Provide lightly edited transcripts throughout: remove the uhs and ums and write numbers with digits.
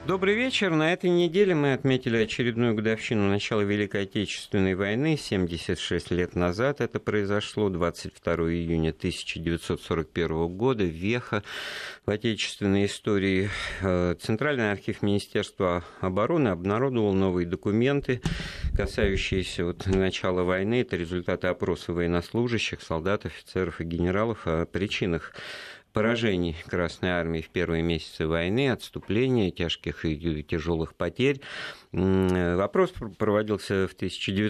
Добрый вечер. На этой неделе мы отметили очередную годовщину начала Великой Отечественной войны. 76 лет назад это произошло, 22 июня 1941 года. Веха в отечественной истории. Центральный архив Министерства обороны обнародовал новые документы, касающиеся начала войны. Это результаты опроса военнослужащих, солдат, офицеров и генералов о причинах поражений Красной Армии в первые месяцы войны, отступления, тяжких и тяжелых потерь. Вопрос проводился в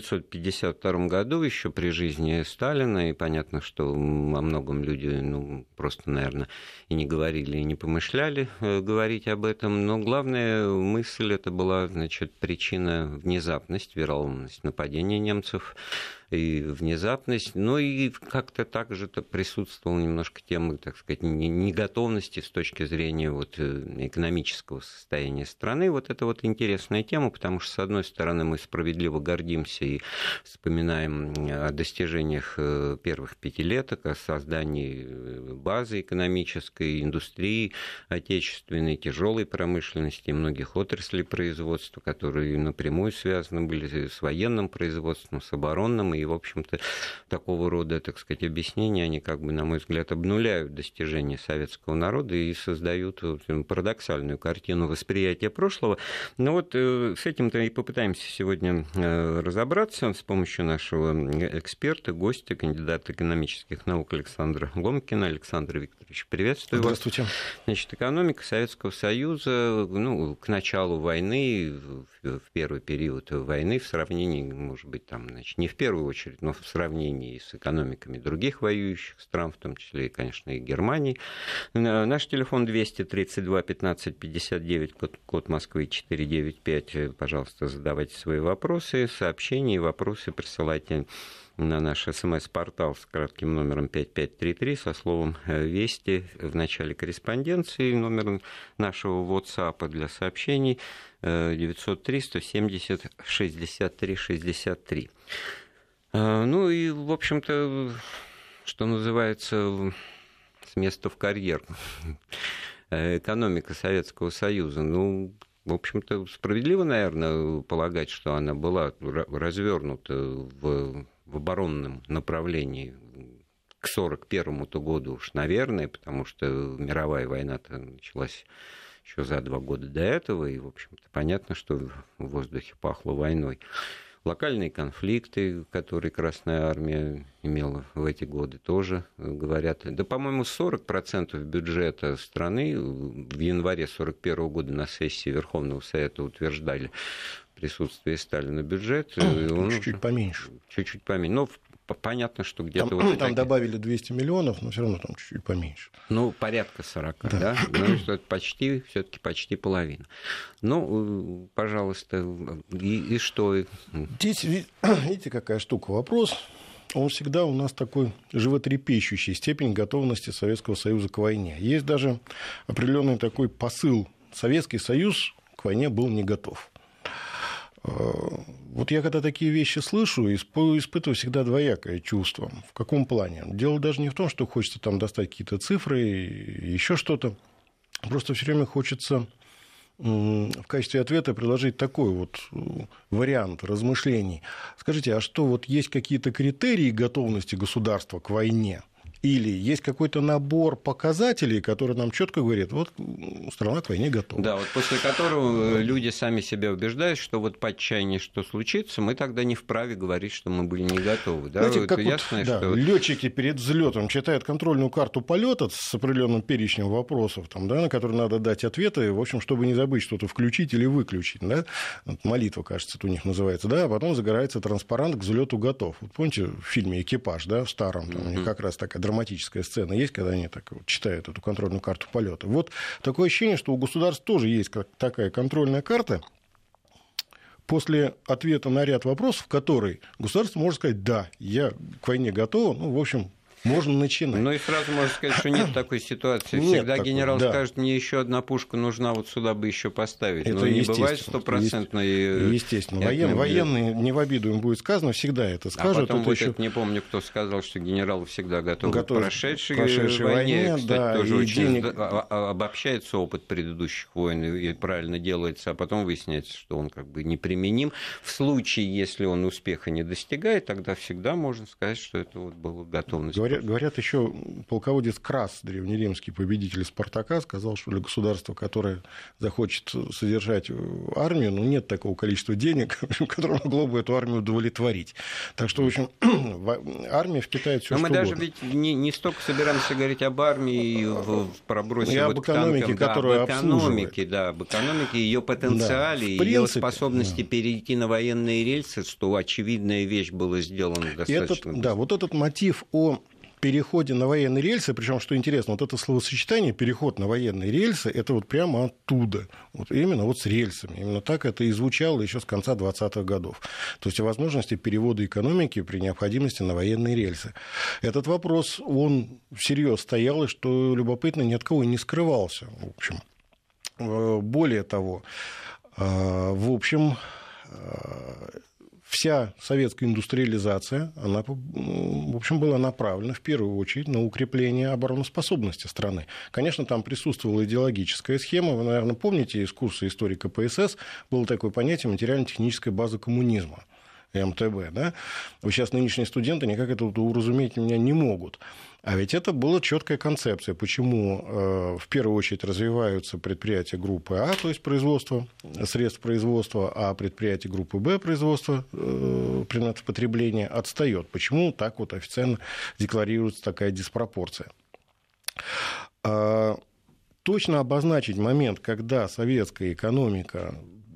1952 году, еще при жизни Сталина, и понятно, что о многом люди просто, наверное, и не говорили, и не помышляли говорить об этом, но главная мысль это была, причина внезапность, вероломность нападения немцев, и внезапность, и как-то также присутствовала немножко тема, так сказать, неготовности с точки зрения экономического состояния страны. Это интересная тема, потому что, с одной стороны, мы справедливо гордимся и вспоминаем о достижениях первых пятилеток, о создании базы экономической, индустрии отечественной, тяжелой промышленности, многих отраслей производства, которые напрямую связаны были с военным производством, с оборонным, и, в общем-то, такого рода, так сказать, объяснения, они, на мой взгляд, обнуляют достижения советского народа и создают парадоксальную картину восприятия прошлого. Но с этим-то и попытаемся сегодня разобраться с помощью нашего эксперта, гостя, кандидата экономических наук Александра Ломкина. Александр Викторович, приветствую вас. Здравствуйте. Экономика Советского Союза, к началу войны, в первый период войны, в сравнении, может быть, не в первую очередь, но в сравнении с экономиками других воюющих стран, в том числе, и, конечно, и Германии. Наш телефон 232 15 59, код Москвы 495. Пожалуйста, задавайте свои вопросы, сообщения и вопросы присылайте на наш СМС-портал с кратким номером 5533 со словом «Вести» в начале корреспонденции. Номер нашего WhatsApp для сообщений 903-170-63-63. И, в общем-то, что называется, с места в карьер. Экономика Советского Союза. В общем-то, справедливо, наверное, полагать, что она была развернута в оборонном направлении к 1941 году уж, наверное, потому что мировая война-то началась еще за 2 года до этого, и, в общем-то, понятно, что в воздухе пахло войной. Локальные конфликты, которые Красная Армия имела в эти годы, тоже говорят. Да, по-моему, 40% бюджета страны в январе 1941 года на сессии Верховного Совета утверждали присутствие Сталина бюджет. Чуть-чуть поменьше. Чуть-чуть поменьше. Но понятно, что где-то... Там добавили 200 миллионов, но все равно там чуть-чуть поменьше. Порядка 40, да? Что это все-таки почти половина. Пожалуйста, и что? Здесь, видите, какая штука, вопрос. Он всегда у нас такой животрепещущий, степень готовности Советского Союза к войне. Есть даже определенный такой посыл. Советский Союз к войне был не готов. Я когда такие вещи слышу, испытываю всегда двоякое чувство. В каком плане? Дело даже не в том, что хочется достать какие-то цифры, еще что-то. Просто все время хочется в качестве ответа предложить такой вариант размышлений. Скажите, а что, есть какие-то критерии готовности государства к войне? Или есть какой-то набор показателей, который нам четко говорит, страна к войне готова. Да, после которого люди сами себя убеждают, что по отчаянии что случится, мы тогда не вправе говорить, что мы были не готовы. Да? Знаете, как ясно, что... летчики перед взлетом читают контрольную карту полета с определенным перечнем вопросов, на которые надо дать ответы, в общем, чтобы не забыть что-то включить или выключить. Да? Молитва, кажется, это у них называется. Да? А потом загорается транспарант «К взлету готов». Помните в фильме «Экипаж», да, в старом, у них как раз такая драматическая сцена есть, когда они читают эту контрольную карту полета. Такое ощущение, что у государств тоже есть такая контрольная карта, после ответа на ряд вопросов, в которой государство может сказать: да, я к войне готово, в общем, можно начинать. Ну и сразу можно сказать, что нет такой ситуации. Всегда генерал скажет, мне еще одна пушка нужна, вот сюда бы еще поставить. Это но не бывает стопроцентной. Естественно. Военные, не в обиду им будет сказано, всегда это скажут. А потом это еще... не помню, кто сказал, что генерал всегда готов к прошедшей войне. Кстати, да, тоже очень денег... обобщается опыт предыдущих войн и правильно делается, а потом выясняется, что он как бы неприменим. В случае, если он успеха не достигает, тогда всегда можно сказать, что это вот была готовность. Говорят, еще полководец Крас, древнеримский победитель Спартака, сказал, что для государства, которое захочет содержать армию, нет такого количества денег, которое могло бы эту армию удовлетворить. Так что, в общем, армия впитает все, что угодно. Мы даже ведь не столько собираемся говорить об армии в пробросе и об экономике, которую обслуживает. Об экономике, ее потенциале, ее способности перейти на военные рельсы, что очевидная вещь была сделана достаточно быстро. Да, вот этот мотив о переходе на военные рельсы, причем, что интересно, вот это словосочетание «переход на военные рельсы» это вот прямо оттуда, вот именно вот с рельсами. Именно так это и звучало еще с конца 20-х годов. То есть о возможности перевода экономики при необходимости на военные рельсы. Этот вопрос, он всерьез стоял, и, что любопытно, ни от кого и не скрывался. В общем, более того, в общем, вся советская индустриализация, она, в общем, была направлена в первую очередь на укрепление обороноспособности страны. Конечно, там присутствовала идеологическая схема. Вы, наверное, помните из курса истории КПСС было такое понятие материально-техническая база коммунизма. МТБ, да? Вот сейчас нынешние студенты никак это уразуметь меня не могут. А ведь это была четкая концепция, почему в первую очередь развиваются предприятия группы А, то есть производство, средств производства, а предприятия группы Б, производство предметов потребления, отстает. Почему так вот официально декларируется такая диспропорция? Точно обозначить момент, когда советская экономика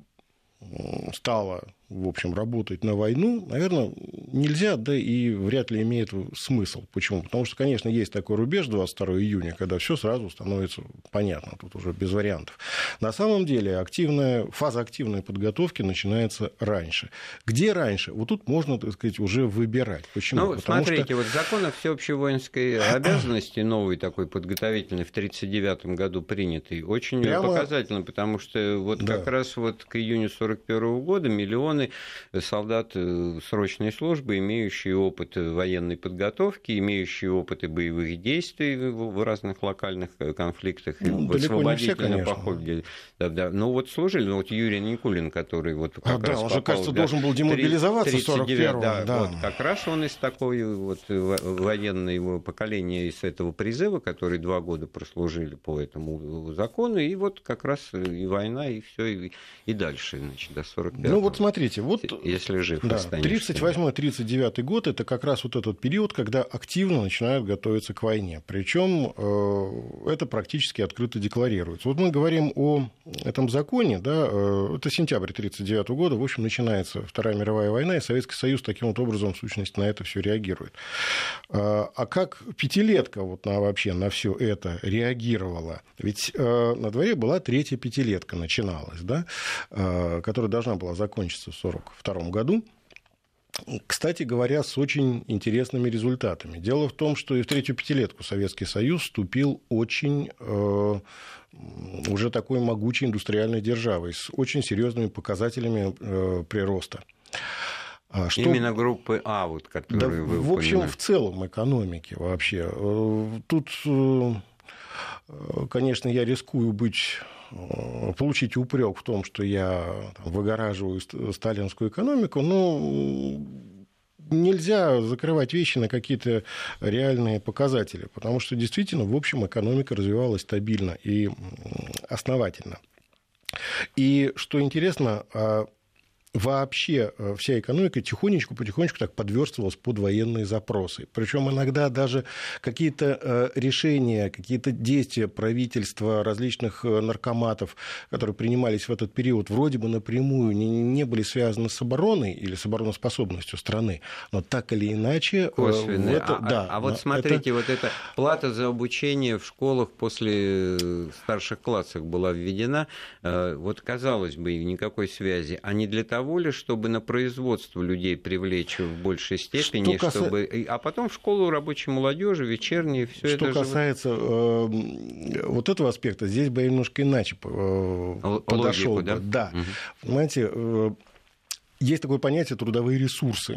стала, в общем, работать на войну, наверное, нельзя, да и вряд ли имеет смысл. Почему? Потому что, конечно, есть такой рубеж 22 июня, когда все сразу становится понятно, тут уже без вариантов. На самом деле фаза активной подготовки начинается раньше. Где раньше? Вот тут можно, так сказать, уже выбирать. Почему? Смотрите, вот закон о всеобщей воинской обязанности, новый такой подготовительный, в 1939 году принятый, очень показательно, потому что вот как раз вот к июню 1941 года миллионы солдат срочной службы, имеющие опыт военной подготовки, имеющие опыты боевых действий в разных локальных конфликтах, в освободительном походе. Да. Ну вот служили, вот Юрий Никулин, который вот как раз он же, кажется, должен был демобилизоваться в 1941-м. Да. Вот, как раз он из такой вот военного поколения, из этого призыва, который 2 года прослужили по этому закону, и вот как раз и война, и все, и дальше, значит, до 1945-го. Ну вот смотрите, вот если жив останешься. 1938-1939 год это как раз вот этот период, когда активно начинают готовиться к войне. Причем это практически открыто декларируется. Вот мы говорим о этом законе, да, это сентябрь 1939 года, в общем, начинается Вторая мировая война, и Советский Союз таким вот образом, в сущности, на это все реагирует. А как пятилетка вот вообще на все это реагировала? Ведь на дворе была третья пятилетка, начиналась, да, которая должна была закончиться в 1942 году. Кстати говоря, с очень интересными результатами. Дело в том, что и в третью пятилетку Советский Союз вступил очень уже такой могучей индустриальной державой с очень серьезными показателями прироста. Именно группы А, вот, которые вы упоминали. В общем, в целом экономики вообще. Тут, конечно, я рискую получить упрек в том, что я выгораживаю сталинскую экономику, но нельзя закрывать вещи на какие-то реальные показатели, потому что действительно, в общем, экономика развивалась стабильно и основательно. И что интересно, вообще вся экономика потихонечку так подверстывалась под военные запросы. Причем иногда даже какие-то решения, какие-то действия правительства, различных наркоматов, которые принимались в этот период, вроде бы напрямую не были связаны с обороной или с обороноспособностью страны, но так или иначе... Косвенные. Вот смотрите, вот эта плата за обучение в школах после старших классов была введена. Вот, казалось бы, никакой связи. А не для того, воли, чтобы на производство людей привлечь в большей степени, чтобы... А потом в школу рабочей молодежи, вечерние, все это. Что касается вот этого аспекта, здесь бы я немножко иначе подошел. Да? Да. Угу. Понимаете, есть такое понятие трудовые ресурсы.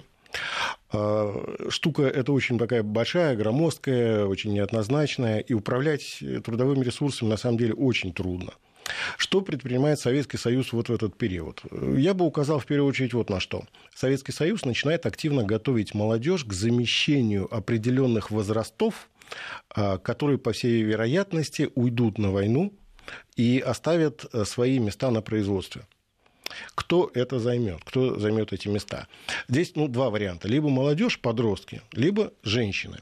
Штука эта очень такая большая, громоздкая, очень неоднозначная, и управлять трудовыми ресурсами на самом деле очень трудно. Что предпринимает Советский Союз вот в этот период? Я бы указал в первую очередь вот на что. Советский Союз начинает активно готовить молодежь к замещению определенных возрастов, которые, по всей вероятности, уйдут на войну и оставят свои места на производстве. Кто это займет? Кто займет эти места? Здесь два варианта. Либо молодежь, подростки, либо женщины.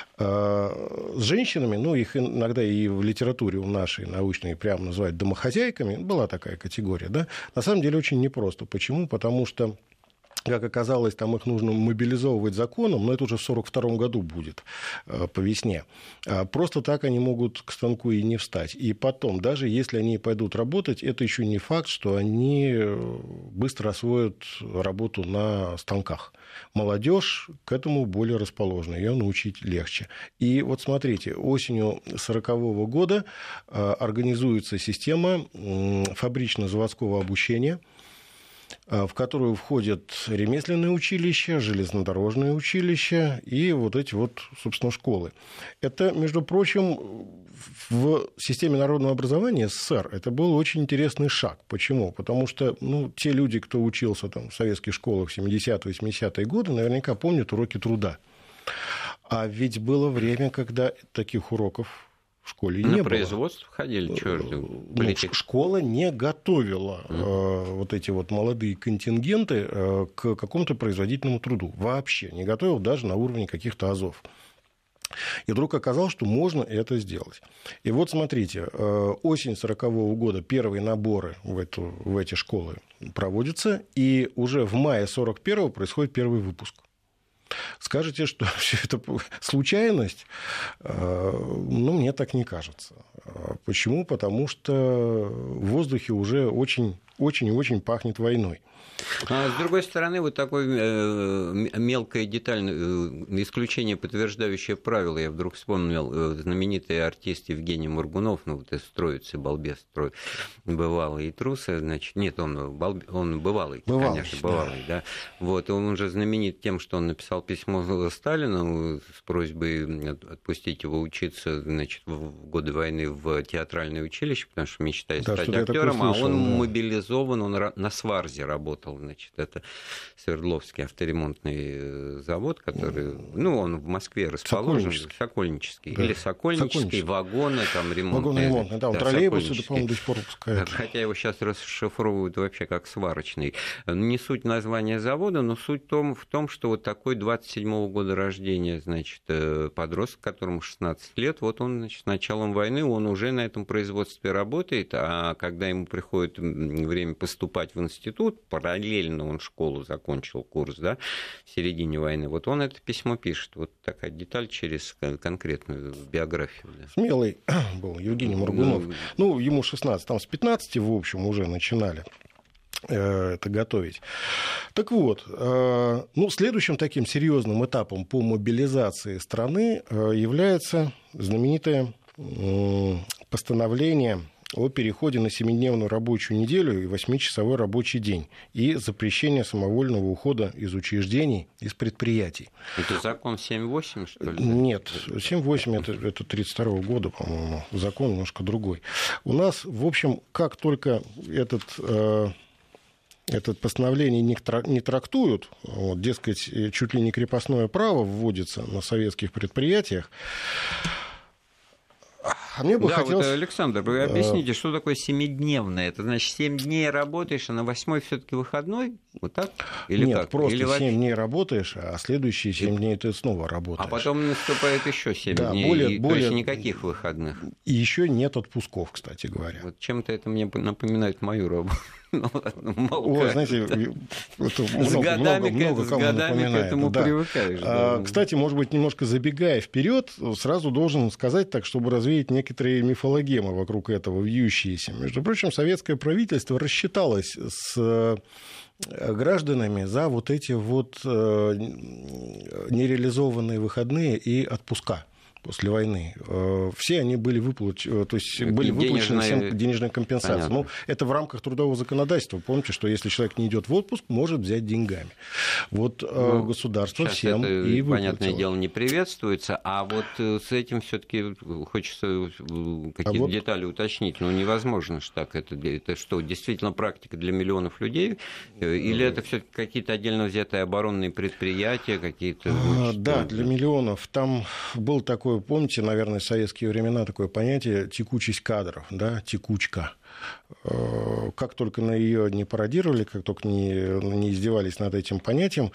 С женщинами, их иногда и в литературе у нашей научной прямо называют домохозяйками, была такая категория, да? На самом деле очень непросто. Почему? Потому что, как оказалось, там их нужно мобилизовывать законом, но это уже в 1942 году будет, по весне. Просто так они могут к станку и не встать. И потом, даже если они пойдут работать, это еще не факт, что они быстро освоят работу на станках. Молодежь к этому более расположена, ее научить легче. И вот смотрите, осенью 1940 года организуется система фабрично-заводского обучения, в которую входят ремесленные училища, железнодорожные училища и вот эти вот, собственно, школы. Это, между прочим, в системе народного образования СССР это был очень интересный шаг. Почему? Потому что те люди, кто учился там, в советских школах в 70-е, 80-е годы, наверняка помнят уроки труда. А ведь было время, когда таких уроков в школе не было. На производство ходили? Школа не готовила вот эти вот молодые контингенты к какому-то производительному труду. Вообще не готовила даже на уровне каких-то азов. И вдруг оказалось, что можно это сделать. И вот смотрите, осень 1940 года первые наборы в эти школы проводятся, и уже в мае 1941 происходит первый выпуск. Скажете, что все это случайность? Мне так не кажется. Почему? Потому что в воздухе уже очень пахнет войной. А с другой стороны, вот такое мелкое детальное исключение, подтверждающее правило, я вдруг вспомнил знаменитый артист Евгений Моргунов, из «Троицы», балбес, бывалый и трусы, значит, нет, он бывалый, конечно, бывалый, да. Вот, он уже знаменит тем, что он написал письмо Сталину с просьбой отпустить его учиться, значит, в годы войны в театральное училище, потому что мечтает стать актером, а он мобилизован, он на сварзе работал. Значит, это Свердловский авторемонтный завод, который, он в Москве расположен, Сокольнический, да. Или Сокольнический, вагоны, там ремонтные. Да, троллейбусы, по-моему, до сих пор выпускают. Хотя его сейчас расшифровывают вообще как сварочный. Не суть названия завода, но суть в том, что вот такой 27-го года рождения, значит, подросток, которому 16 лет, вот он, значит, с началом войны, он уже на этом производстве работает, а когда ему приходит время поступать в институт, параллельно он школу закончил, курс, да, в середине войны. Вот он это письмо пишет. Вот такая деталь через конкретную биографию. Да. Смелый был Евгений Моргунов. Ему 16, там с 15, в общем, уже начинали это готовить. Так вот, следующим таким серьезным этапом по мобилизации страны является знаменитое постановление о переходе на 7-дневную рабочую неделю и 8-часовой рабочий день и запрещение самовольного ухода из учреждений, из предприятий. Это закон 7.8, что ли? Нет, 7.8 это 1932 года, по-моему, закон немножко другой. У нас, в общем, как только это постановление не трактуют, дескать, чуть ли не крепостное право вводится на советских предприятиях. Мне бы хотелось... вот, Александр, вы объясните, что такое 7-дневное? Это значит, 7 дней работаешь, а на 8-й все-таки выходной? Вот так? Или Нет, как? просто Или 7 дней работаешь, а следующие 7 дней ты снова работаешь. А потом наступает еще 7 дней, то есть никаких выходных. И еще нет отпусков, кстати говоря. Вот чем-то это мне напоминает мою работу. Знаете, с годами к этому привыкаешь. Кстати, может быть, немножко забегая вперед, сразу должен сказать так, чтобы развеять некоторые мифологемы вокруг этого вьющиеся. Между прочим, советское правительство рассчиталось с гражданами за вот эти вот нереализованные выходные и отпуска после войны. Все они были выплачены, то есть были выплачены всем денежная компенсация. Понятно. Ну, это в рамках трудового законодательства. Помните, что если человек не идет в отпуск, может взять деньгами. Вот государство всем это, и выплатило. Понятное дело, не приветствуется, а вот с этим все-таки хочется какие-то детали уточнить. Ну, невозможно же так. Это что, действительно практика для миллионов людей? Или это все-таки какие-то отдельно взятые оборонные предприятия, какие-то... Да, для миллионов. Там был такой, помните, наверное, в советские времена такое понятие текучесть кадров, да, текучка. Как только на ее не пародировали, как только не издевались над этим понятием,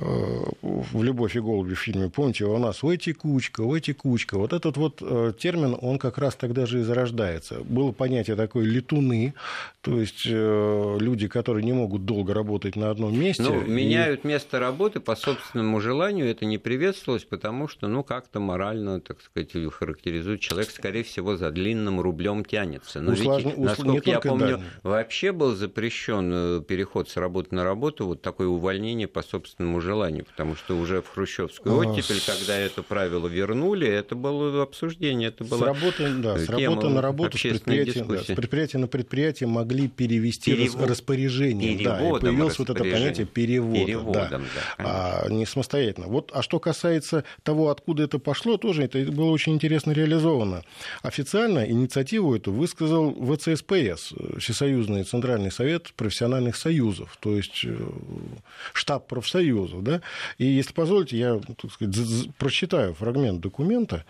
в «Любовь и голуби» в фильме, помните, у нас ой, текучка». Вот этот вот термин, он как раз тогда же и зарождается. Было понятие такое летуны, то есть люди, которые не могут долго работать на одном месте. Ну, меняют место работы по собственному желанию, это не приветствовалось, потому что, ну, как-то морально, так сказать, характеризует человек, скорее всего, за длинным рублем тянется. Но насколько я помню, вообще был запрещен переход с работы на работу, вот такое увольнение по собственному желанию, потому что уже в хрущевскую оттепель, когда это правило вернули, это было обсуждение, это было с работы на работу, с предприятия на предприятие могли перевести распоряжение. Да, и появилось вот это понятие перевода. Не самостоятельно. Вот, а что касается того, откуда это пошло, тоже это было очень интересно реализовано. Официально инициативу эту высказал ВЦСПС, Всесоюзный Центральный Совет профессиональных союзов, то есть штаб профсоюзов. Да? И, если позволите, я, так сказать, прочитаю фрагмент документа.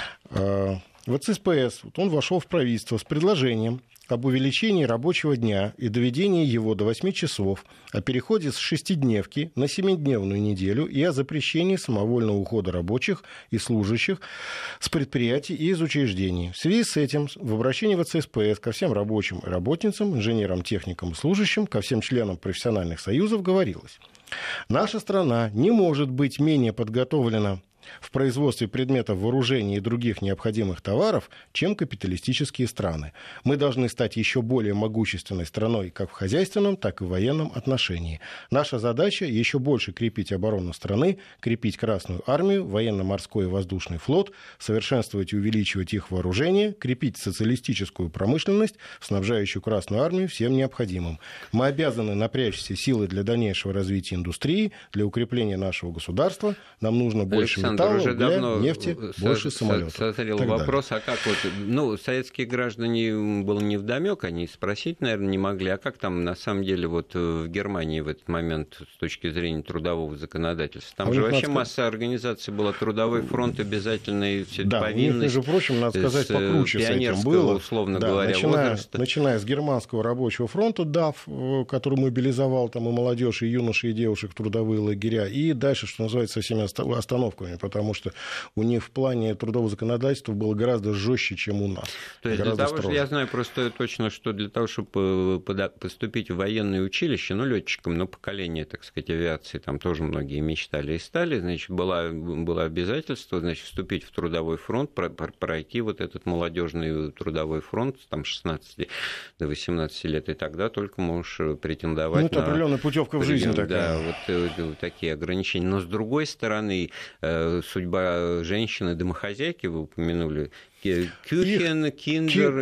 ВЦСПС, он вошел в правительство с предложением об увеличении рабочего дня и доведении его до 8 часов, о переходе с 6-дневки на 7-дневную неделю и о запрещении самовольного ухода рабочих и служащих с предприятий и из учреждений. В связи с этим в обращении ВЦСПС ко всем рабочим и работницам, инженерам, техникам и служащим, ко всем членам профессиональных союзов говорилось: наша страна не может быть менее подготовлена в производстве предметов вооружения и других необходимых товаров, чем капиталистические страны. Мы должны стать еще более могущественной страной как в хозяйственном, так и в военном отношении. Наша задача – еще больше крепить оборону страны, крепить Красную армию, военно-морской и воздушный флот, совершенствовать и увеличивать их вооружение, крепить социалистическую промышленность, снабжающую Красную армию всем необходимым. Мы обязаны напрячь все силы для дальнейшего развития индустрии, для укрепления нашего государства. Нам нужно больше металла, уже угля, давно нефти, больше самолетов. Созрел вопрос, а как вот, ну, советские граждане было невдомёк, они спросить, наверное, не могли, а как там на самом деле вот в Германии в этот момент с точки зрения трудового законодательства? Там же вообще масса организаций была, трудовой фронт обязательный, все это повинность. У них, между прочим, надо сказать, покруче с этим было. Условно говоря, возраста. Начиная с германского рабочего фронта, ДАФ, который мобилизовал там и молодежь, и юношей, и девушек в трудовые лагеря, и дальше, что называется, со всеми остановками, потому что у них в плане трудового законодательства было гораздо жестче, чем у нас. То есть для того, что я знаю просто точно, что для того, чтобы поступить в военное училище, ну, летчикам, ну, поколение, так сказать, авиации, там тоже многие мечтали и стали, значит, было обязательство, значит, вступить в трудовой фронт, пройти вот этот молодежный трудовой фронт, там, с 16 до 18 лет, и тогда только можешь претендовать на... это определенная путевка в жизнь такая. Да, вот такие ограничения. Но, с другой стороны, судьба женщины-домохозяйки, вы упомянули, Кюхен, Киндер...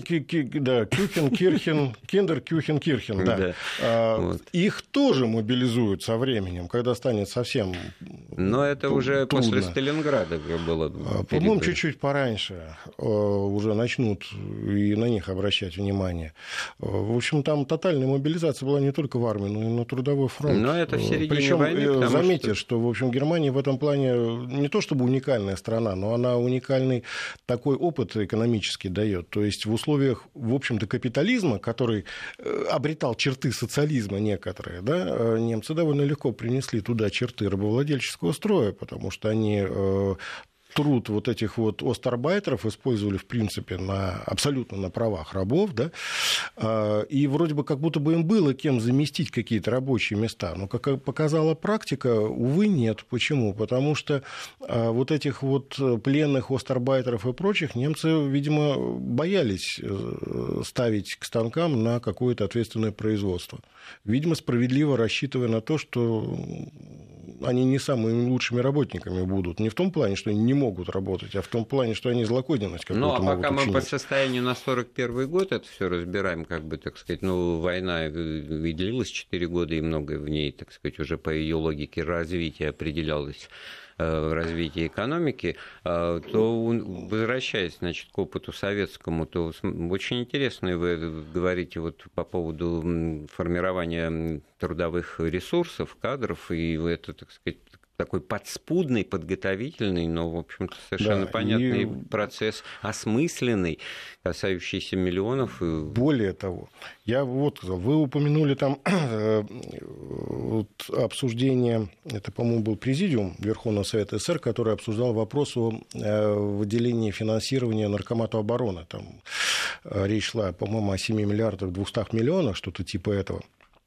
Да, Кюхен, Кирхен, Киндер, Кюхен, Кирхен, да. Вот. Их тоже мобилизуют со временем, когда станет совсем Но это уже трудно. После Сталинграда было. По-моему, чуть-чуть пораньше уже начнут и на них обращать внимание. В общем, там тотальная мобилизация была не только в армии, но и на трудовой фронт. Но это в середине войны. Причем заметьте, что, в общем, Германия в этом плане не то чтобы уникальная страна, но она уникальный такой опыт экономически дает. То есть в условиях, в общем-то, капитализма, который обретал черты социализма некоторые, да, немцы довольно легко принесли туда черты рабовладельческого строя, потому что они труд вот этих вот остарбайтеров использовали, в принципе, абсолютно на правах рабов, да, и вроде бы как будто бы им было кем заместить какие-то рабочие места. Но, как показала практика, увы, нет. Почему? Потому что вот этих вот пленных остарбайтеров и прочих немцы, видимо, боялись ставить к станкам на какое-то ответственное производство. Видимо, справедливо рассчитывая на то, что они не самыми лучшими работниками будут. Не в том плане, что они не могут работать, а в том плане, что они злокозненность какую-то могут учинить. Ну, а пока мы по состоянию на 1941 год это все разбираем, как бы, так сказать, ну, война и длилась 4 года, и многое в ней, так сказать, уже по ее логике развития определялось развития экономики, то, возвращаясь, значит, к опыту советскому, то очень интересно вы говорите вот по поводу формирования трудовых ресурсов, кадров, и это, так сказать, такой подспудный, подготовительный, но, в общем-то, совершенно понятный процесс, осмысленный, касающийся миллионов. Более того, вы упомянули там обсуждение, это, по-моему, был президиум Верховного Совета СССР, который обсуждал вопрос о выделении финансирования Наркомату обороны. Там речь шла, по-моему, о 7 миллиардах 200 миллионах, что-то типа этого.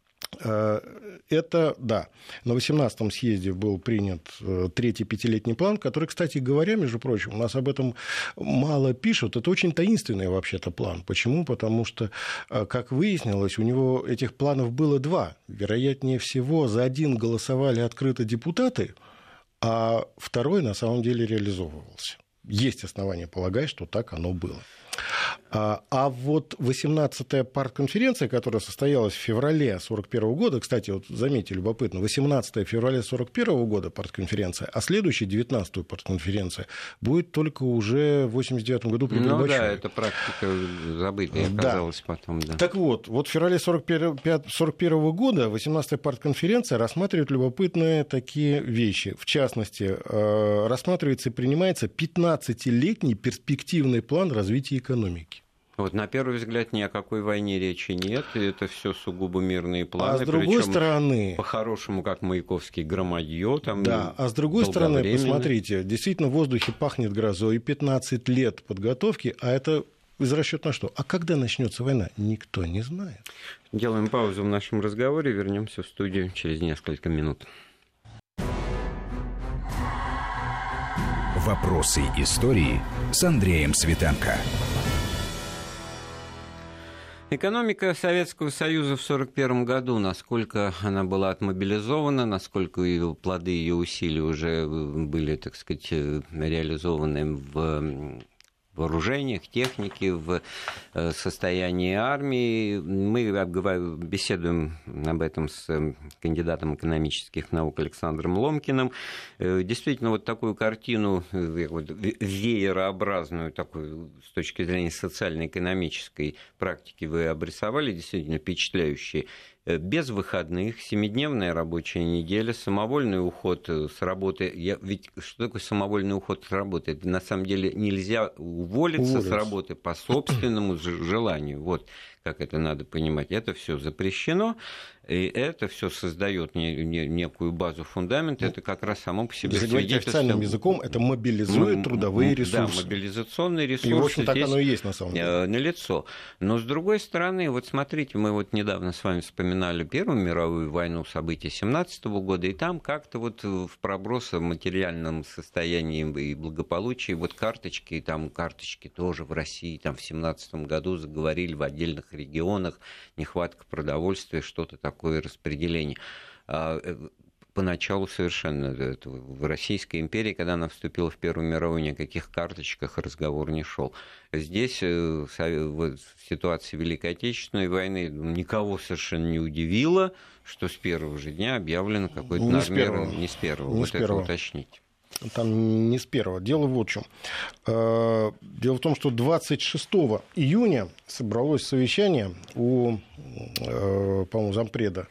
Это, да, на 18-м съезде был принят третий пятилетний план, который, кстати говоря, между прочим, у нас об этом мало пишут. Это очень таинственный вообще-то план. Почему? Потому что, как выяснилось, у него этих планов было 2. Вероятнее всего, за один голосовали открыто депутаты, а второй на самом деле реализовывался. Есть основания полагать, что так оно было. А вот 18-я партконференция, которая состоялась в феврале 1941 года, кстати, вот заметьте, любопытно, 18 февраля 1941 года партконференция, а следующая, 19-я партконференция, будет только уже в 1989 году при Горбачеве. Ну да, эта практика забытая оказалась потом. Да. Так вот, в феврале 1941 года 18-я партконференция рассматривает любопытные такие вещи. В частности, рассматривается и принимается 15-летний перспективный план развития экономики. Вот, на первый взгляд, ни о какой войне речи нет, это все сугубо мирные планы. А с другой стороны... По-хорошему, как Маяковский, громадье. Там, да, а с другой стороны, посмотрите, действительно в воздухе пахнет грозой, 15 лет подготовки, а это из расчета на что? А когда начнется война? Никто не знает. Делаем паузу в нашем разговоре, вернемся в студию через несколько минут. Вопросы истории с Андреем Светенко. Экономика Советского Союза в 1941 году, насколько она была отмобилизована, насколько плоды ее усилий уже были, так сказать, реализованы в вооружениях, технике, в состоянии армии. Мы беседуем об этом с кандидатом экономических наук Александром Ломкиным. Действительно, вот такую картину, веерообразную, такую, с точки зрения социально-экономической практики вы обрисовали, действительно впечатляющие. Без выходных, 7-дневная рабочая неделя, самовольный уход с работы. Ведь что такое самовольный уход с работы? Это, на самом деле, нельзя уволиться с работы по собственному желанию. Вот как это надо понимать. Это все запрещено, и это все создает некую базу, фундамент. Это как раз само по себе свидетельство. Официальным языком это мобилизует трудовые ресурсы. Да, мобилизационные ресурсы. И, в общем, так оно и есть на самом деле. Налицо. Но, с другой стороны, вот смотрите, мы вот недавно с вами вспоминали Первую мировую войну, события 1917 года, и там как-то вот в пробросом материальном состоянии и благополучии вот карточки тоже в России там в 1917 году заговорили в отдельных регионах, нехватка продовольствия, что-то такое, распределение. Поначалу совершенно в Российской империи, когда она вступила в Первую мировую, ни о каких карточках разговор не шел. Здесь в ситуации Великой Отечественной войны никого совершенно не удивило, что с первого же дня объявлено какое-то нормирование. Не с первого. Вот это уточните. Там не с первого. Дело в чем. Дело в том, что 26 июня собралось совещание у, по-моему, зампреда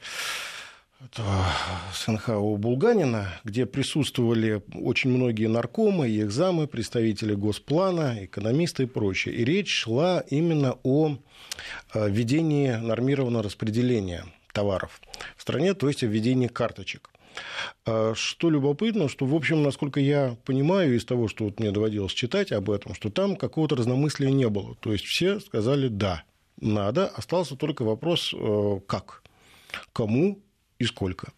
СНХ Булганина, где присутствовали очень многие наркомы, их замы, представители Госплана, экономисты и прочее. И речь шла именно о введении нормированного распределения товаров в стране, то есть о введении карточек. Что любопытно, что, в общем, насколько я понимаю из того, что вот мне доводилось читать об этом, что там какого-то разномыслия не было. То есть все сказали «да, надо», остался только вопрос «как?», «кому?» и «сколько?».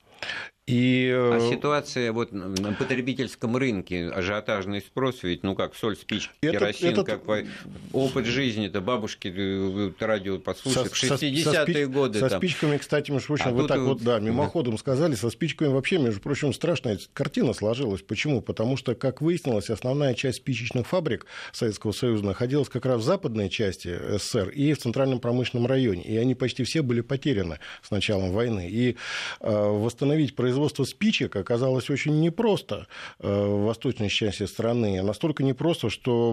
А ситуация вот на потребительском рынке, ажиотажный спрос, ведь, ну как, соль, спички, керосин, как опыт жизни-то, бабушки радио послушали в 60-е годы. Со спичками, кстати, между прочим, вы так вот, да, мимоходом сказали, со спичками вообще, между прочим, страшная картина сложилась. Почему? Потому что, как выяснилось, основная часть спичечных фабрик Советского Союза находилась как раз в западной части СССР и в центральном промышленном районе. И они почти все были потеряны с началом войны. И восстановить производство спичек оказалось очень непросто в восточной части страны. Настолько непросто, что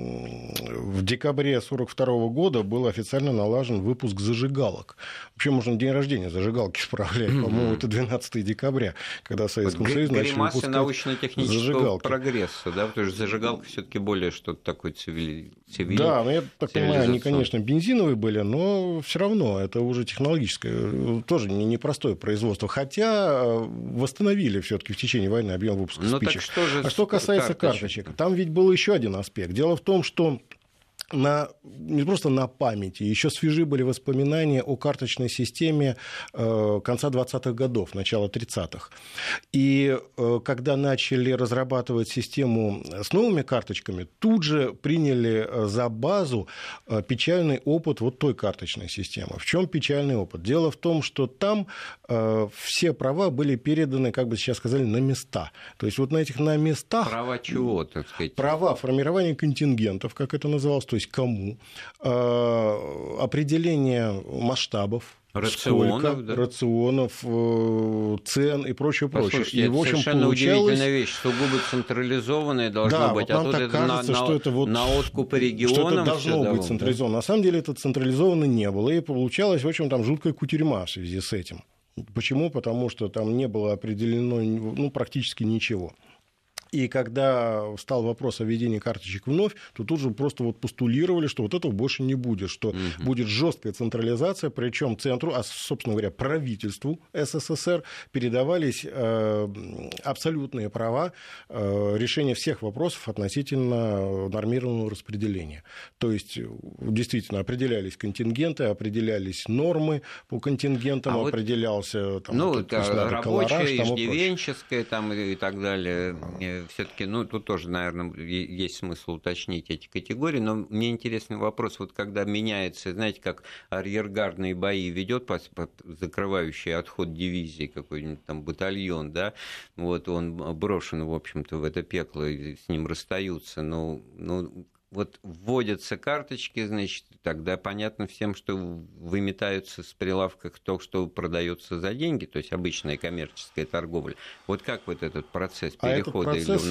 в декабре 1942 года был официально налажен выпуск зажигалок. Вообще можно день рождения зажигалки справлять. По-моему, это 12 декабря, когда в Советском Союзе начали выпускать научно-технического прогресса, да? Потому что зажигалка все-таки более что-то такое цивилизованное. Да, но я так понимаю, они, конечно, бензиновые были, но все равно это уже технологическое, тоже непростое производство. Хотя восстановили все-таки в течение войны объем выпуска спичек. А что касается карточек, там ведь был еще один аспект. Дело в том, что не просто на памяти, еще свежи были воспоминания о карточной системе конца 20-х годов, начала 30-х. И когда начали разрабатывать систему с новыми карточками, тут же приняли за базу печальный опыт вот той карточной системы. В чем печальный опыт? Дело в том, что там все права были переданы, как бы сейчас сказали, на места. То есть вот на этих на местах... Права чего, так сказать? Права формирования контингентов, как это называлось, то есть кому, определение масштабов, рационов, цен и прочее. Послушайте, и, в общем, совершенно удивительная вещь, сугубо централизованная должна быть, вот а тут кажется, что это вот на откуп по регионам. Что это должно быть централизовано. На самом деле это централизовано не было, и получалось, в общем, там жуткая кутерьма в связи с этим. Почему? Потому что там не было определено практически ничего. И когда встал вопрос о введении карточек вновь, то тут же просто вот постулировали, что вот этого больше не будет, что будет жесткая централизация, причем центру, а, собственно говоря, правительству СССР передавались абсолютные права решения всех вопросов относительно нормированного распределения. То есть действительно определялись контингенты, определялись нормы по контингентам, определялся рабочая, иждивенческая там, и так далее. Все-таки, тут тоже, наверное, есть смысл уточнить эти категории, но мне интересный вопрос, вот когда меняется, знаете, как арьергардные бои ведет закрывающий отход дивизии какой-нибудь там батальон, да, вот он брошен, в общем-то, в это пекло, и с ним расстаются, вот вводятся карточки, значит, тогда понятно всем, что выметаются с прилавков то, что продается за деньги, то есть обычная коммерческая торговля. Вот как вот этот процесс перехода?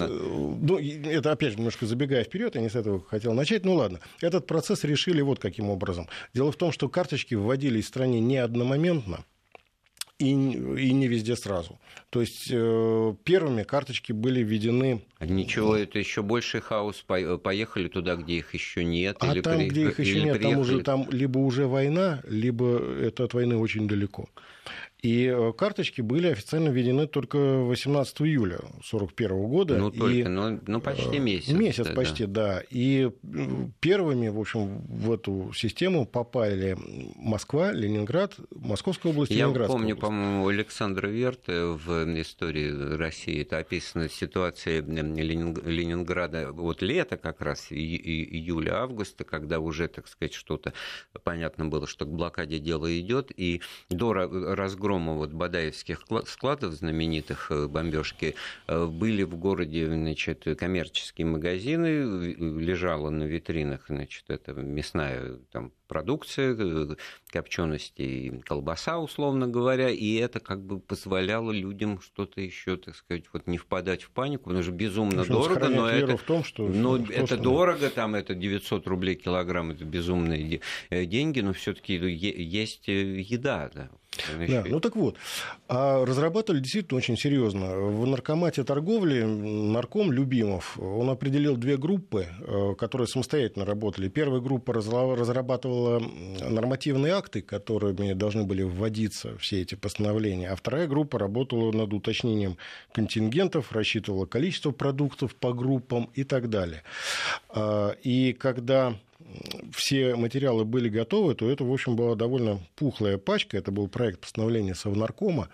Это опять же немножко забегая вперед, я не с этого хотел начать, ладно. Этот процесс решили вот каким образом. Дело в том, что карточки вводились в стране не одномоментно, и не везде сразу. То есть первыми карточки были введены... Ничего, это еще больше хаос. Поехали туда, где их еще нет. А там, где их еще нет, там либо уже война, либо это от войны очень далеко. И карточки были официально введены только 18 июля 1941 года. Почти месяц. Месяц почти, да. И первыми, в общем, в эту систему попали Москва, Ленинград, Московская область, Ленинградская область. Я помню, по-моему, Александра Верте в истории России, это описана ситуация Ленинграда, вот лето как раз, июля-августа, когда уже, так сказать, что-то понятно было, что к блокаде дело идет, и до разгрома бадаевских складов знаменитых бомбежки были в городе, значит, коммерческие магазины, лежала на витринах, значит, это мясная там продукция, копчености и колбаса, условно говоря, и это как бы позволяло людям что-то еще, так сказать, вот не впадать в панику, потому что безумно дорого, но это, это дорого, там это 900 рублей килограмм, это безумные деньги, но все-таки есть еда, да. Да, ну так вот, разрабатывали действительно очень серьезно. В наркомате торговли нарком Любимов, он определил две группы, которые самостоятельно работали. Первая группа разрабатывала нормативные акты, которыми должны были вводиться все эти постановления, а вторая группа работала над уточнением контингентов, рассчитывала количество продуктов по группам и так далее. И когда все материалы были готовы, то это, в общем, была довольно пухлая пачка. Это был проект постановления Совнаркома.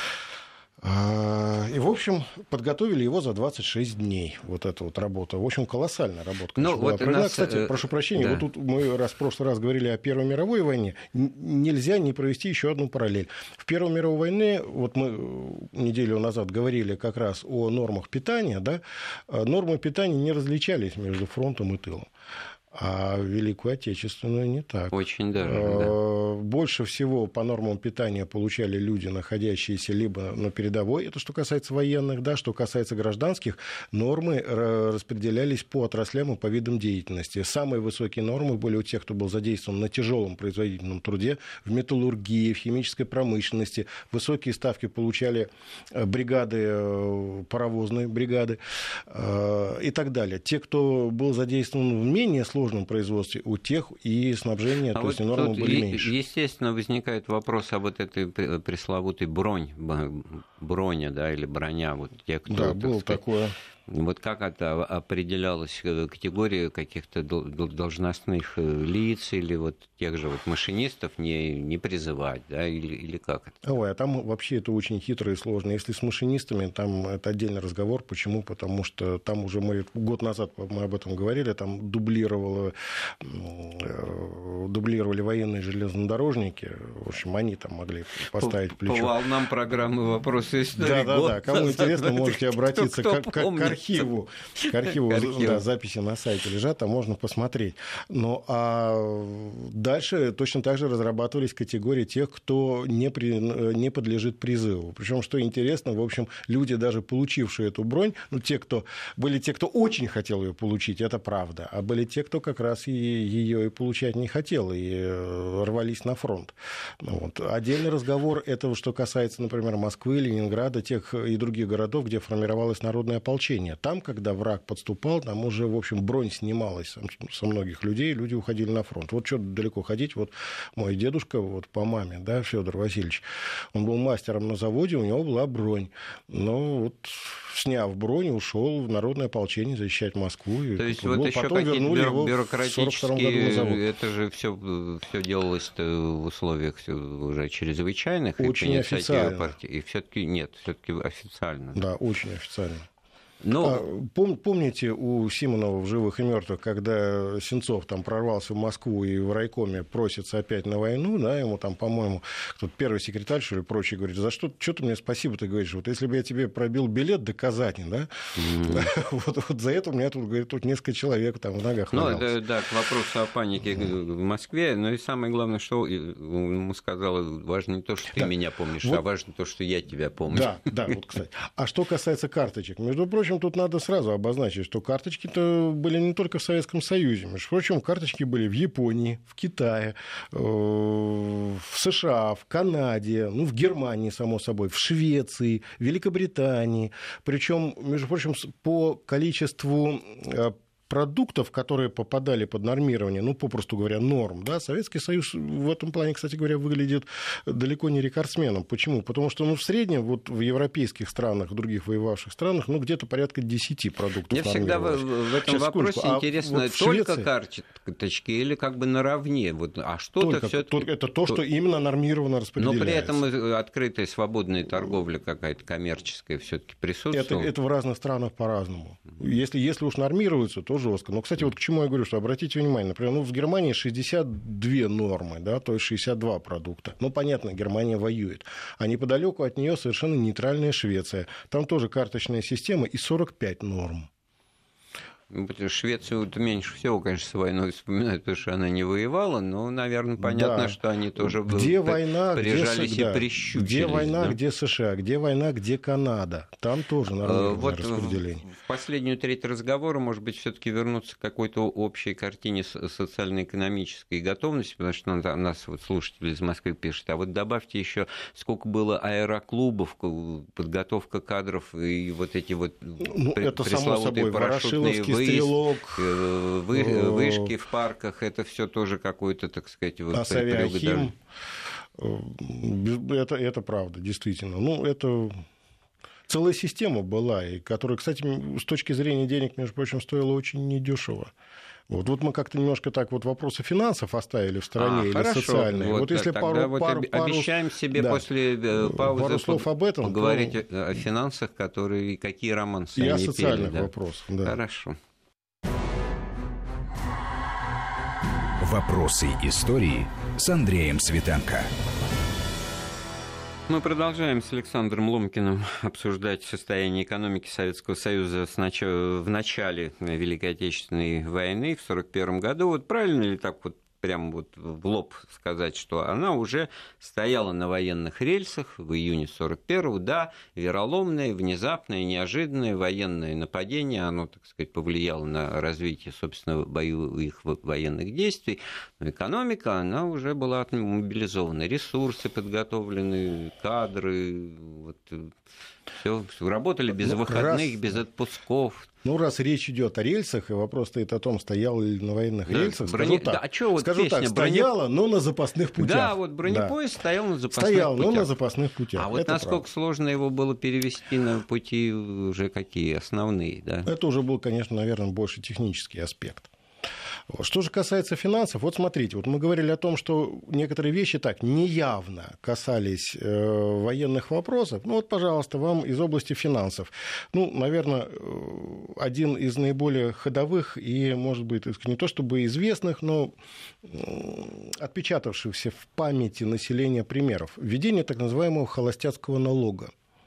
И, в общем, подготовили его за 26 дней, вот эта вот работа. В общем, колоссальная работа. Ну, вот нас... Кстати, прошу прощения, да. Вот тут мы в прошлый раз говорили о Первой мировой войне. Нельзя не провести еще одну параллель. В Первой мировой войне, вот мы неделю назад говорили как раз о нормах питания, да, нормы питания не различались между фронтом и тылом. А Великую Отечественную не так. Очень даже, да. Больше всего по нормам питания получали люди, находящиеся либо на передовой, это что касается военных, да, что касается гражданских, нормы распределялись по отраслям и по видам деятельности. Самые высокие нормы были у тех, кто был задействован на тяжелом производительном труде, в металлургии, в химической промышленности. Высокие ставки получали бригады, паровозные бригады и так далее. Те, кто был задействован в менее сложном производстве, у тех и снабжение, то есть и нормы были меньше. Естественно, возникает вопрос о вот этой пресловутой броне, да, или броня. Вот те, кто, да, было такое. Вот как это определялось, категория каких-то должностных лиц или вот тех же вот машинистов не призывать, да, или как это? Ой, а там вообще это очень хитро и сложно. Если с машинистами, там это отдельный разговор. Почему? Потому что там уже год назад мы об этом говорили, там дублировали военные железнодорожники. В общем, они там могли поставить плечо. По волнам программы «Вопросы истории». Да. Кому интересно, можете обратиться к архиву, да, записи на сайте лежат, там можно посмотреть. Ну, а дальше точно так же разрабатывались категории тех, кто не подлежит призыву. Причем, что интересно, в общем, люди, даже получившие эту бронь, были те, кто очень хотел ее получить, это правда, а были те, кто как раз ее и получать не хотел, и рвались на фронт. Вот. Отдельный разговор, это что касается, например, Москвы, Ленинграда, тех и других городов, где формировалось народное ополчение. Там, когда враг подступал, там уже, в общем, бронь снималась со многих людей, люди уходили на фронт. Вот что далеко ходить, вот мой дедушка, вот по маме, да, Федор Васильевич, он был мастером на заводе, у него была бронь. Но вот, сняв бронь, ушел в народное ополчение защищать Москву. То есть вот еще какие-то бюрократические, это же все делалось в условиях уже чрезвычайных, очень официально. Партии, и все-таки нет, все-таки официально. Да, очень официально. Помните у Симонова в «Живых и мертвых», когда Сенцов там прорвался в Москву и в райкоме просится опять на войну, да, ему там, по-моему, кто-то первый секретарь, что ли, прочий, говорит, за что ты мне спасибо ты говоришь, вот если бы я тебе пробил билет до Казани, да, вот за это у меня тут, говорит, тут несколько человек там в ногах валялось. Ну, да, к вопросу о панике в Москве, но и самое главное, что ему сказала, важно не то, что ты меня помнишь, а важно то, что я тебя помню. Да, вот, кстати. А что касается карточек, между прочим, тут надо сразу обозначить, что карточки-то были не только в Советском Союзе. Между прочим, карточки были в Японии, в Китае, в США, в Канаде, в Германии, само собой, в Швеции, в Великобритании. Причем, между прочим, по количеству продуктов, которые попадали под нормирование, попросту говоря, норм, да, Советский Союз в этом плане, кстати говоря, выглядит далеко не рекордсменом. Почему? Потому что, в среднем, вот в европейских странах, в других воевавших странах, где-то порядка 10 продуктов мне всегда в этом вопросе интересно, вот только карточки или как бы наравне? Вот, а что-то все-таки... Это то, что именно нормированно распределяется. Но при этом открытая свободная торговля какая-то коммерческая все-таки присутствует? Это в разных странах по-разному. Если уж нормируется, то жестко. Но, кстати, вот к чему я говорю, что обратите внимание, например, в Германии 62 нормы, да, то есть 62 продукта. Понятно, Германия воюет. А неподалеку от нее совершенно нейтральная Швеция. Там тоже карточная система и 45 норм. Швецию меньше всего, конечно, с войной вспоминают, потому что она не воевала, но, наверное, понятно, что они тоже где война, прижались и прищучились. Где война, где США, где война, где Канада. Там тоже нормальное распределение. В последнюю треть разговора, может быть, все-таки вернуться к какой-то общей картине социально-экономической готовности, потому что нас вот слушатели из Москвы пишут, а вот добавьте еще, сколько было аэроклубов, подготовка кадров и вот эти вот это само собой, парашютные стрелок, вышки в парках, это все тоже какой-то, так сказать, Авиахим. Это правда, действительно. Ну, это целая система была, и которая, кстати, с точки зрения денег, между прочим, стоила очень недешево. Вот мы как-то немножко так вот вопросы финансов оставили в стороне, или хорошо. социальные. Вот если пару обещаем себе после паузы пару слов об этом, поговорить о финансах, которые, какие романсы и они о социальных пели, вопросах. Да. Хорошо. Вопросы истории с Андреем Светенко. Мы продолжаем с Александром Ломкиным обсуждать состояние экономики Советского Союза в начале Великой Отечественной войны в 1941 году. Вот правильно ли так вот прямо вот в лоб сказать, что она уже стояла на военных рельсах в июне 1941-го, да, вероломное, внезапное, неожиданное военное нападение, оно, так сказать, повлияло на развитие, собственно, боевых военных действий, но экономика, она уже была мобилизована, ресурсы подготовлены, кадры, вот, все работали без выходных, без отпусков. Ну, раз речь идет о рельсах, и вопрос стоит о том, стоял ли на военных рельсах, скажу так, стояла, но на запасных путях. Да, вот бронепоезд стоял на запасных путях. Стоял, но на запасных путях. А вот насколько сложно его было перевести на пути уже какие основные, да? Это уже был, конечно, наверное, больше технический аспект. Что же касается финансов, вот смотрите, вот мы говорили о том, что некоторые вещи так неявно касались военных вопросов. Ну вот, пожалуйста, вам из области финансов. Ну, наверное, один из наиболее ходовых и, может быть, не то чтобы известных, но отпечатавшихся в памяти населения примеров. Введение так называемого холостяцкого налога.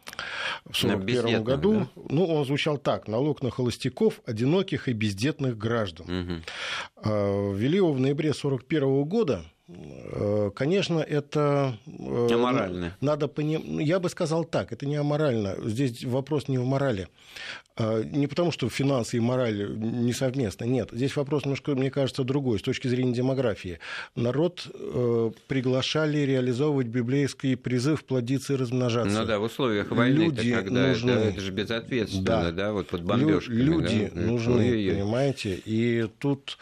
В 1941 году, да? Ну, он звучал так: налог на холостяков, одиноких и бездетных граждан. Ввели его в ноябре 1941 года. Конечно, это аморально. Надо я бы сказал так, это не аморально. Здесь вопрос не в морали. Не потому, что финансы и мораль не совместны. Нет, здесь вопрос немножко, мне кажется, другой. С точки зрения демографии. Народ приглашали реализовывать библейский призыв плодиться и размножаться. Ну да, в условиях войны, когда нужны. Это же безответственно, да, вот под бомбежками. Люди нужны, понимаете. И тут,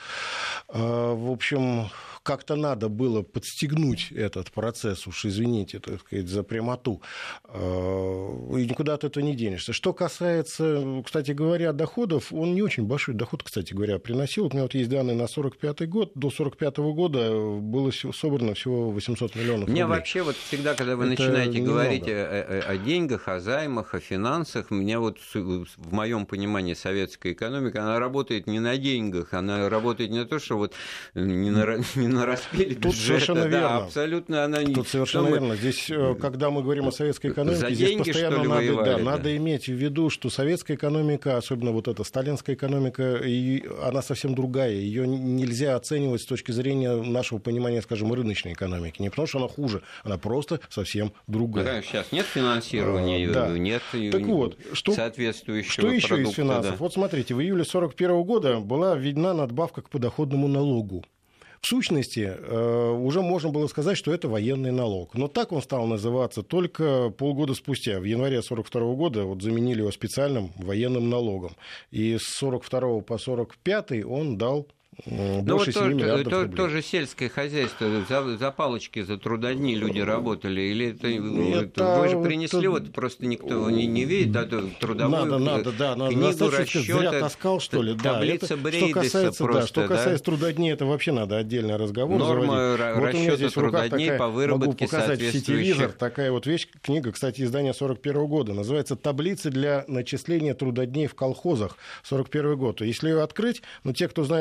в общем, как-то надо было подстегнуть этот процесс, уж извините, так сказать, за прямоту, и никуда от этого не денешься. Что касается, кстати говоря, доходов, он не очень большой доход, кстати говоря, приносил. У меня вот есть данные на 1945 год. До 1945 года было собрано всего 800 миллионов рублей. Мне вообще вот всегда, когда вы начинаете говорить о деньгах, о займах, о финансах, мне вот в моем понимании советская экономика, она работает не на деньгах, она работает не на то, что вот не на распиле тут бюджета, совершенно верно. Абсолютно она не... Тут совершенно верно. Здесь, когда мы говорим о советской экономике, здесь деньги, постоянно надо иметь в виду, что советская экономика, особенно вот эта сталинская экономика, она совсем другая. Ее нельзя оценивать с точки зрения нашего понимания, скажем, рыночной экономики. Не потому, что она хуже, она просто совсем другая. Сейчас нет финансирования, нет так вот, соответствующего что еще продукта, из финансов? Да. Вот смотрите, в июле 1941 года была введена надбавка к подоходному налогу. В сущности, уже можно было сказать, что это военный налог. Но так он стал называться только полгода спустя. В январе 1942 года вот заменили его специальным военным налогом. И с 1942 по 1945 он дал больше 7 миллиардов рублей. Тоже сельское хозяйство, за палочки, за трудодни люди работали? Или это вы же принесли, вот просто никто не видит, трудовую книгу, расчёты, зря таскал, что ли? Таблица Брейдиса просто. Что касается трудодней, это вообще надо отдельный разговор Норма расчёта трудодней по выработке соответствующих. Могу показать такая вот вещь, книга, кстати, издания 1941 года, называется «Таблицы для начисления трудодней в колхозах», 1941 год. Если ее открыть, те, кто знает, что такое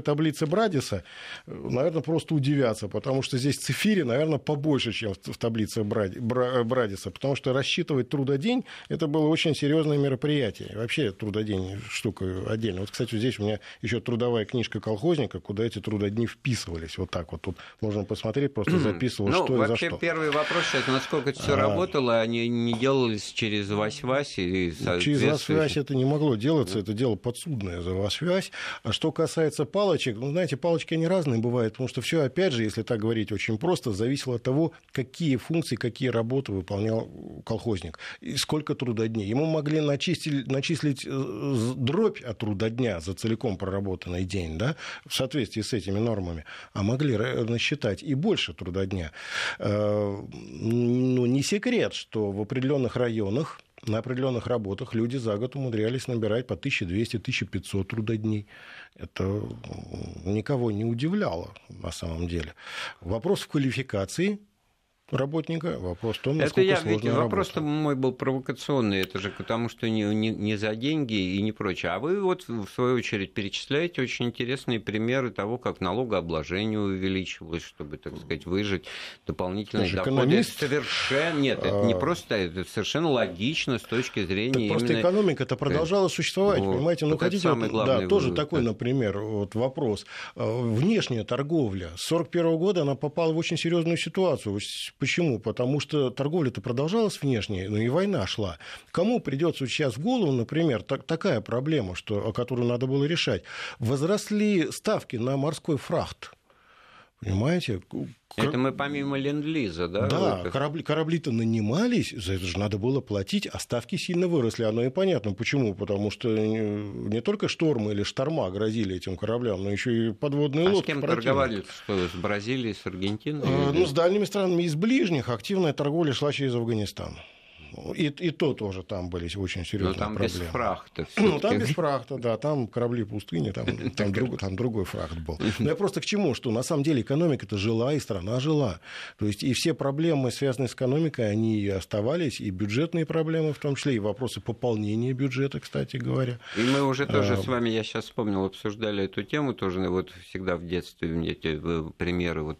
таблице Брадиса, наверное, просто удивятся, потому что здесь цифири, наверное, побольше, чем в таблице Брадиса, потому что рассчитывать трудодень — это было очень серьезное мероприятие. Вообще трудодень — штука отдельная. Вот, кстати, здесь у меня еще трудовая книжка колхозника, куда эти трудодни вписывались. Вот так вот. Тут можно посмотреть, просто записывал, что и за что. Вообще первый вопрос сейчас, насколько это все работало, они не делались через ВАСьВАСь? Через ВАСьВАСь это не могло делаться, это дело подсудное за ВАСьВАСь. А что касается палочек, знаете, палочки они разные бывают, потому что все, опять же, если так говорить очень просто, зависело от того, какие функции, какие работы выполнял колхозник и сколько трудодней. Ему могли начислить дробь от трудодня за целиком проработанный день, да, в соответствии с этими нормами, а могли насчитать и больше трудодня. Не секрет, что в определенных районах, на определенных работах люди за год умудрялись набирать по 1200-1500 трудодней. Это никого не удивляло на самом деле. Вопрос в квалификации работника, вопрос в том, насколько сложная работа. Вопрос-то мой был провокационный, это же потому, что не за деньги и не прочее. А вы вот, в свою очередь, перечисляете очень интересные примеры того, как налогообложение увеличивалось, чтобы, так сказать, выжить дополнительные доходы. Это не просто, это совершенно логично с точки зрения... Просто экономика-то продолжала существовать, понимаете? Ну, хотите, тоже такой, например, вот вопрос. Внешняя торговля с 1941 года, она попала в очень серьезную ситуацию. Почему? Потому что торговля-то продолжалась внешне, но и война шла. Кому придется сейчас в голову, например, такая проблема, о которую надо было решать? Возросли ставки на морской фрахт. Понимаете? Это мы помимо ленд-лиза, да? Да, корабли-то нанимались, за это же надо было платить, а ставки сильно выросли. Оно и понятно, почему. Потому что не только штормы или шторма грозили этим кораблям, но еще и подводные лодки. А с кем торговали? Что, с Бразилией, с Аргентиной? С дальними странами из ближних активная торговля шла через Афганистан. И то тоже там были очень серьезные проблемы. Без фрахта. Там без фрахта, да, там корабли пустыни, там другой фрахт был. Но я просто к чему, что на самом деле экономика-то жила, и страна жила. То есть и все проблемы, связанные с экономикой, они и оставались, и бюджетные проблемы в том числе, и вопросы пополнения бюджета, кстати говоря. И мы уже тоже с вами, я сейчас вспомнил, обсуждали эту тему тоже, вот всегда в детстве мне эти примеры, вот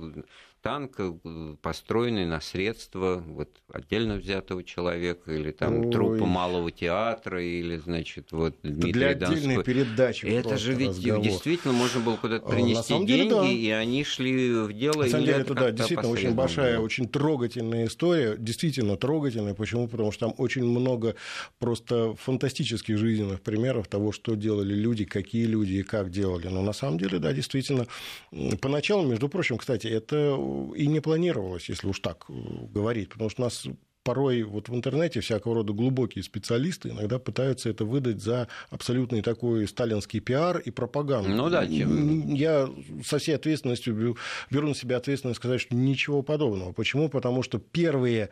танк, построенный на средства вот, отдельно взятого человека, или там труппа малого театра, или, значит, вот Дмитрий Донской. Для отдельной передачи. Это же ведь действительно можно было куда-то принести деньги, да. И они шли в дело. На самом деле, это, да, действительно очень большая, очень трогательная история, действительно трогательная. Почему? Потому что там очень много просто фантастических жизненных примеров того, что делали люди, какие люди и как делали. Но на самом деле, да, действительно, поначалу, между прочим, кстати, это и не планировалось, если уж так говорить, потому что у нас порой вот в интернете всякого рода глубокие специалисты иногда пытаются это выдать за абсолютный такой сталинский пиар и пропаганду. Ну да, я со всей ответственностью беру на себя ответственность сказать, что ничего подобного. Почему? Потому что первые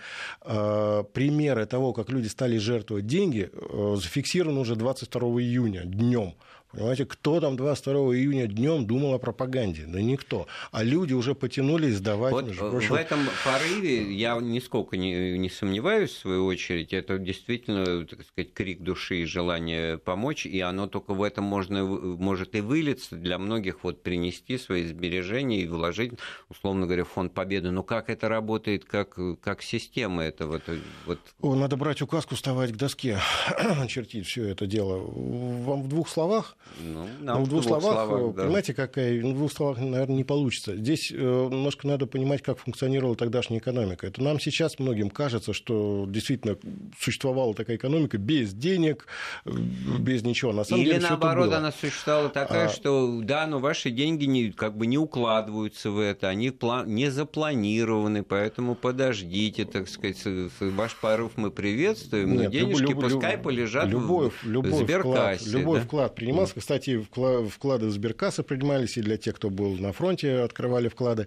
примеры того, как люди стали жертвовать деньги, зафиксированы уже 22 июня днем. Понимаете, кто там 22 июня днем думал о пропаганде? Да никто. А люди уже потянулись сдавать. Вот в этом порыве я нисколько не сомневаюсь, в свою очередь. Это действительно, так сказать, крик души и желание помочь. И оно только в этом может и вылиться для многих, вот, принести свои сбережения и вложить, условно говоря, в фонд Победы. Но как это работает, как система это? Вот. Надо брать указку, вставать к доске, чертить все это дело. Вам в двух словах? В двух словах, да. Понимаете, в двух словах, наверное, не получится. Здесь немножко надо понимать, как функционировала тогдашняя экономика. Это нам сейчас многим кажется, что действительно существовала такая экономика без денег, без ничего. На самом деле, все наоборот, это было. Она существовала такая, что да, но ваши деньги не укладываются в это, они не запланированы, поэтому подождите, так сказать, ваш порыв мы приветствуем, но денежки пускай полежат в сберкассе. Любой вклад принимался. Кстати, вклады в сберкассы принимались и для тех, кто был на фронте, открывали вклады.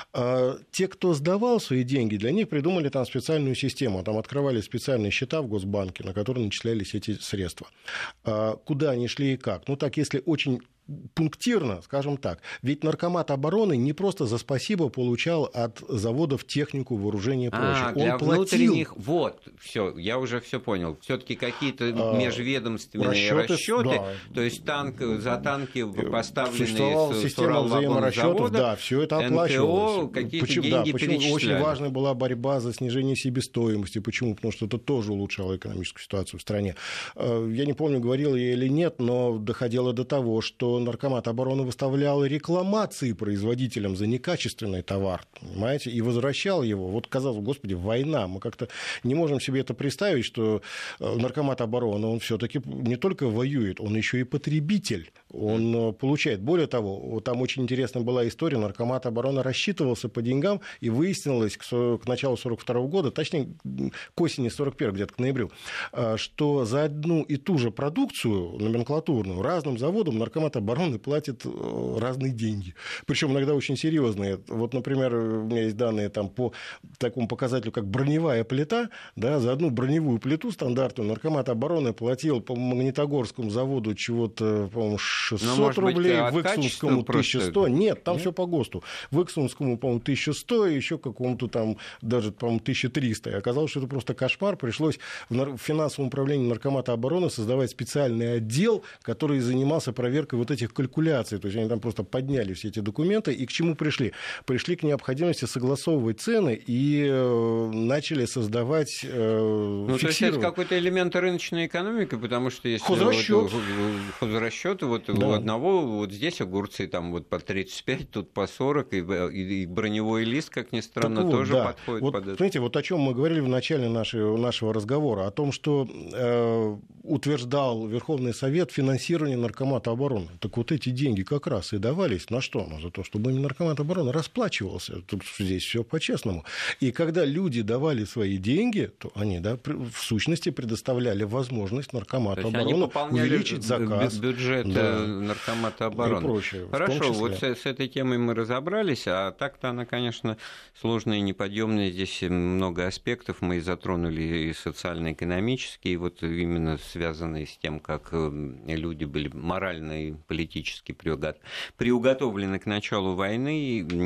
Те, кто сдавал свои деньги, для них придумали там специальную систему. Там открывали специальные счета в Госбанке, на которые начислялись эти средства. Куда они шли и как? Так, если очень пунктирно, скажем так. Ведь наркомат обороны не просто за спасибо получал от заводов технику, вооружение и прочее. Для Он платил... внутренних... Вот, все, я уже все понял. Все-таки какие-то межведомственные расчеты, да. То есть за танки поставленные существовала система взаиморасчетов, да, все это оплачивалось. НКО какие-то деньги перечисляли. Очень важная была борьба за снижение себестоимости. Почему? Потому что это тоже улучшало экономическую ситуацию в стране. Я не помню, говорил я или нет, но доходило до того, что наркомат обороны выставлял рекламации производителям за некачественный товар, понимаете, и возвращал его. Вот казалось, господи, война. Мы как-то не можем себе это представить, что наркомат обороны, он все-таки не только воюет, он еще и потребитель. Он получает. Более того, там очень интересная была история. Наркомат обороны рассчитывался по деньгам, и выяснилось к началу 1942 года, точнее, к осени 1941, где-то к ноябрю, что за одну и ту же продукцию номенклатурную разным заводам наркомат обороны платит разные деньги. Причем иногда очень серьезные. Вот, например, у меня есть данные там, по такому показателю, как броневая плита. Да, за одну броневую плиту стандартную наркомат обороны платил по Магнитогорскому заводу чего-то, по-моему, 600 рублей, в Иксунскому 1100. Нет, там все по ГОСТу. В Иксунскому, по-моему, 1100, и еще какому-то там даже, по-моему, 1300. И оказалось, что это просто кошмар. Пришлось в финансовом управлении наркомата обороны создавать специальный отдел, который занимался проверкой вот этих калькуляций. То есть они там просто подняли все эти документы. И к чему пришли? Пришли к необходимости согласовывать цены и начали создавать, фиксировать. То есть это какой-то элемент рыночной экономики, потому что если хозрасчеты, вот да. У одного вот здесь огурцы там вот по 35, тут по 40, и броневой лист, как ни странно, вот, тоже да. Подходит вот, под это. Знаете, вот о чем мы говорили в начале нашего разговора, о том, что утверждал Верховный Совет финансирование наркомата обороны. Так вот эти деньги как раз и давались на что? Ну, за то, чтобы наркомат обороны расплачивался. Тут здесь все по-честному. И когда люди давали свои деньги, то они, да, в сущности предоставляли возможность наркомату обороны увеличить заказ. Бюджет наркомата обороны. И прочее, хорошо, вот с этой темой мы разобрались, а так-то она, конечно, сложная и неподъемная. Здесь много аспектов. Мы затронули и социально-экономические, вот именно связанные с тем, как люди были морально и политически приуготовлены к началу войны,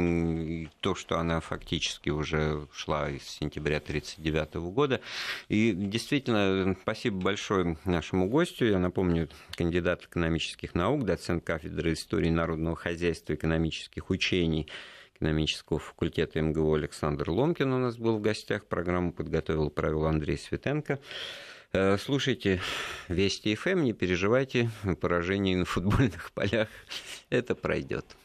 и то, что она фактически уже шла из сентября 1939 года. И действительно, спасибо большое нашему гостю. Я напомню, кандидат экономических наук, доцент кафедры истории народного хозяйства и экономических учений экономического факультета МГУ Александр Ломкин у нас был в гостях. Программу подготовил и провел Андрей Светенко. Слушайте Вести ФМ, не переживайте, поражение на футбольных полях, это пройдет.